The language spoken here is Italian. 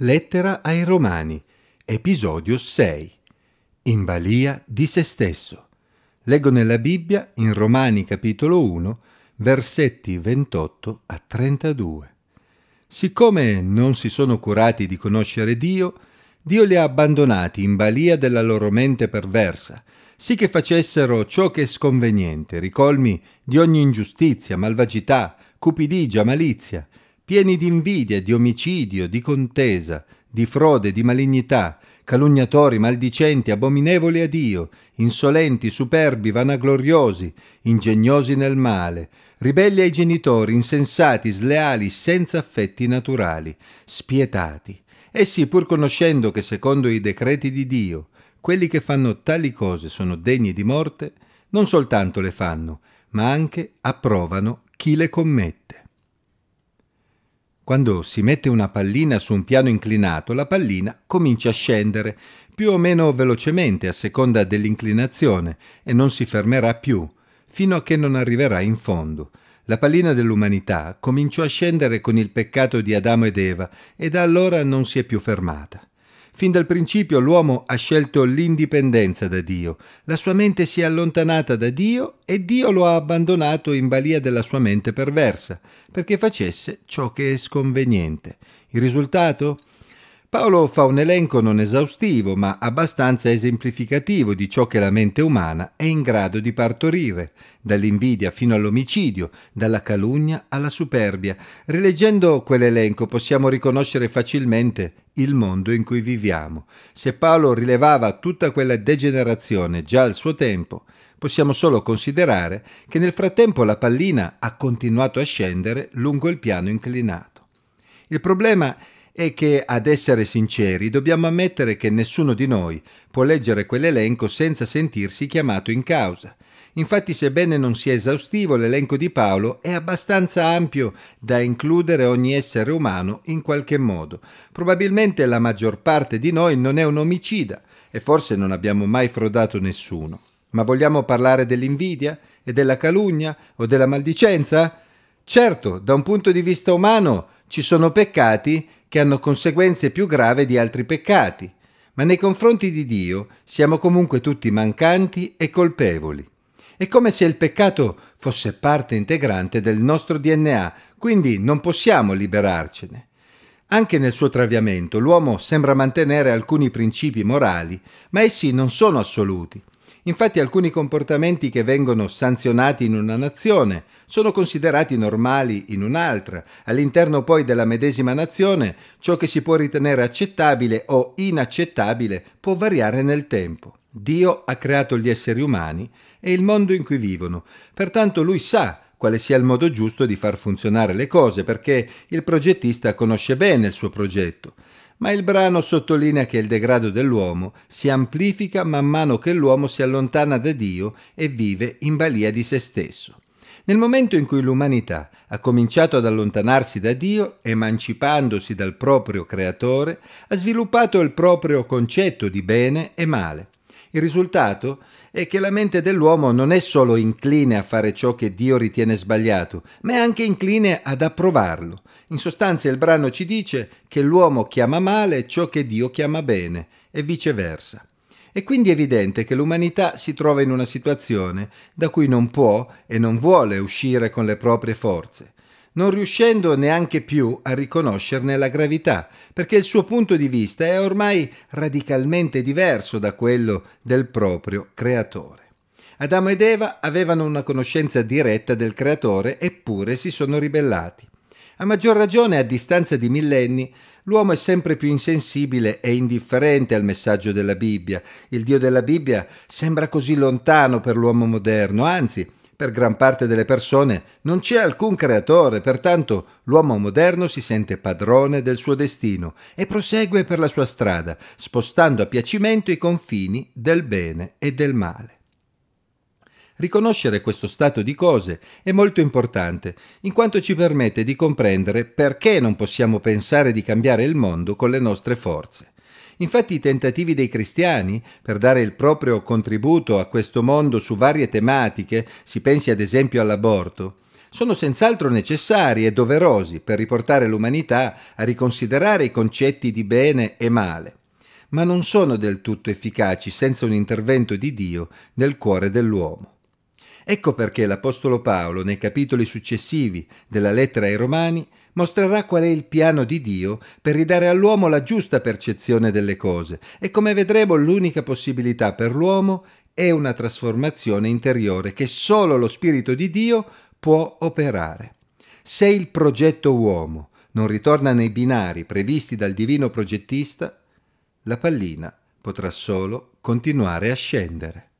Lettera ai Romani, episodio 6. In balia di se stesso. Leggo nella Bibbia in Romani capitolo 1, versetti 28 a 32. Siccome non si sono curati di conoscere Dio, Dio li ha abbandonati in balia della loro mente perversa, sì che facessero ciò che è sconveniente, ricolmi di ogni ingiustizia, malvagità, cupidigia, malizia, pieni di invidia, di omicidio, di contesa, di frode, di malignità, calunniatori, maldicenti, abominevoli a Dio, insolenti, superbi, vanagloriosi, ingegnosi nel male, ribelli ai genitori, insensati, sleali, senza affetti naturali, spietati. Essi, pur conoscendo che secondo i decreti di Dio, quelli che fanno tali cose sono degni di morte, non soltanto le fanno, ma anche approvano chi le commette. Quando si mette una pallina su un piano inclinato, la pallina comincia a scendere più o meno velocemente a seconda dell'inclinazione e non si fermerà più, fino a che non arriverà in fondo. La pallina dell'umanità cominciò a scendere con il peccato di Adamo ed Eva e da allora non si è più fermata. Fin dal principio l'uomo ha scelto l'indipendenza da Dio, la sua mente si è allontanata da Dio e Dio lo ha abbandonato in balia della sua mente perversa, perché facesse ciò che è sconveniente. Il risultato? Paolo fa un elenco non esaustivo, ma abbastanza esemplificativo di ciò che la mente umana è in grado di partorire, dall'invidia fino all'omicidio, dalla calunnia alla superbia. Rileggendo quell'elenco possiamo riconoscere facilmente il mondo in cui viviamo. Se Paolo rilevava tutta quella degenerazione già al suo tempo, possiamo solo considerare che nel frattempo la pallina ha continuato a scendere lungo il piano inclinato. Il problema è che, ad essere sinceri, dobbiamo ammettere che nessuno di noi può leggere quell'elenco senza sentirsi chiamato in causa. Infatti, sebbene non sia esaustivo, l'elenco di Paolo è abbastanza ampio da includere ogni essere umano in qualche modo. Probabilmente la maggior parte di noi non è un omicida e forse non abbiamo mai frodato nessuno. Ma vogliamo parlare dell'invidia e della calunnia o della maldicenza? Certo, da un punto di vista umano ci sono peccati che hanno conseguenze più gravi di altri peccati, ma nei confronti di Dio siamo comunque tutti mancanti e colpevoli. È come se il peccato fosse parte integrante del nostro DNA, quindi non possiamo liberarcene. Anche nel suo traviamento l'uomo sembra mantenere alcuni principi morali, ma essi non sono assoluti. Infatti alcuni comportamenti che vengono sanzionati in una nazione sono considerati normali in un'altra. All'interno poi della medesima nazione ciò che si può ritenere accettabile o inaccettabile può variare nel tempo. Dio ha creato gli esseri umani e il mondo in cui vivono, pertanto Lui sa quale sia il modo giusto di far funzionare le cose, perché il progettista conosce bene il suo progetto. Ma il brano sottolinea che il degrado dell'uomo si amplifica man mano che l'uomo si allontana da Dio e vive in balia di se stesso. Nel momento in cui l'umanità ha cominciato ad allontanarsi da Dio, emancipandosi dal proprio creatore, ha sviluppato il proprio concetto di bene e male. Il risultato è che la mente dell'uomo non è solo incline a fare ciò che Dio ritiene sbagliato, ma è anche incline ad approvarlo. In sostanza il brano ci dice che l'uomo chiama male ciò che Dio chiama bene e viceversa. È quindi evidente che l'umanità si trova in una situazione da cui non può e non vuole uscire con le proprie forze, non riuscendo neanche più a riconoscerne la gravità, perché il suo punto di vista è ormai radicalmente diverso da quello del proprio creatore. Adamo ed Eva avevano una conoscenza diretta del creatore, eppure si sono ribellati. A maggior ragione, a distanza di millenni, l'uomo è sempre più insensibile e indifferente al messaggio della Bibbia. Il Dio della Bibbia sembra così lontano per l'uomo moderno, anzi, per gran parte delle persone non c'è alcun creatore, pertanto l'uomo moderno si sente padrone del suo destino e prosegue per la sua strada, spostando a piacimento i confini del bene e del male. Riconoscere questo stato di cose è molto importante, in quanto ci permette di comprendere perché non possiamo pensare di cambiare il mondo con le nostre forze. Infatti i tentativi dei cristiani per dare il proprio contributo a questo mondo su varie tematiche, si pensi ad esempio all'aborto, sono senz'altro necessari e doverosi per riportare l'umanità a riconsiderare i concetti di bene e male, ma non sono del tutto efficaci senza un intervento di Dio nel cuore dell'uomo. Ecco perché l'Apostolo Paolo, nei capitoli successivi della lettera ai Romani, mostrerà qual è il piano di Dio per ridare all'uomo la giusta percezione delle cose e, come vedremo, l'unica possibilità per l'uomo è una trasformazione interiore che solo lo Spirito di Dio può operare. Se il progetto uomo non ritorna nei binari previsti dal divino progettista, la pallina potrà solo continuare a scendere.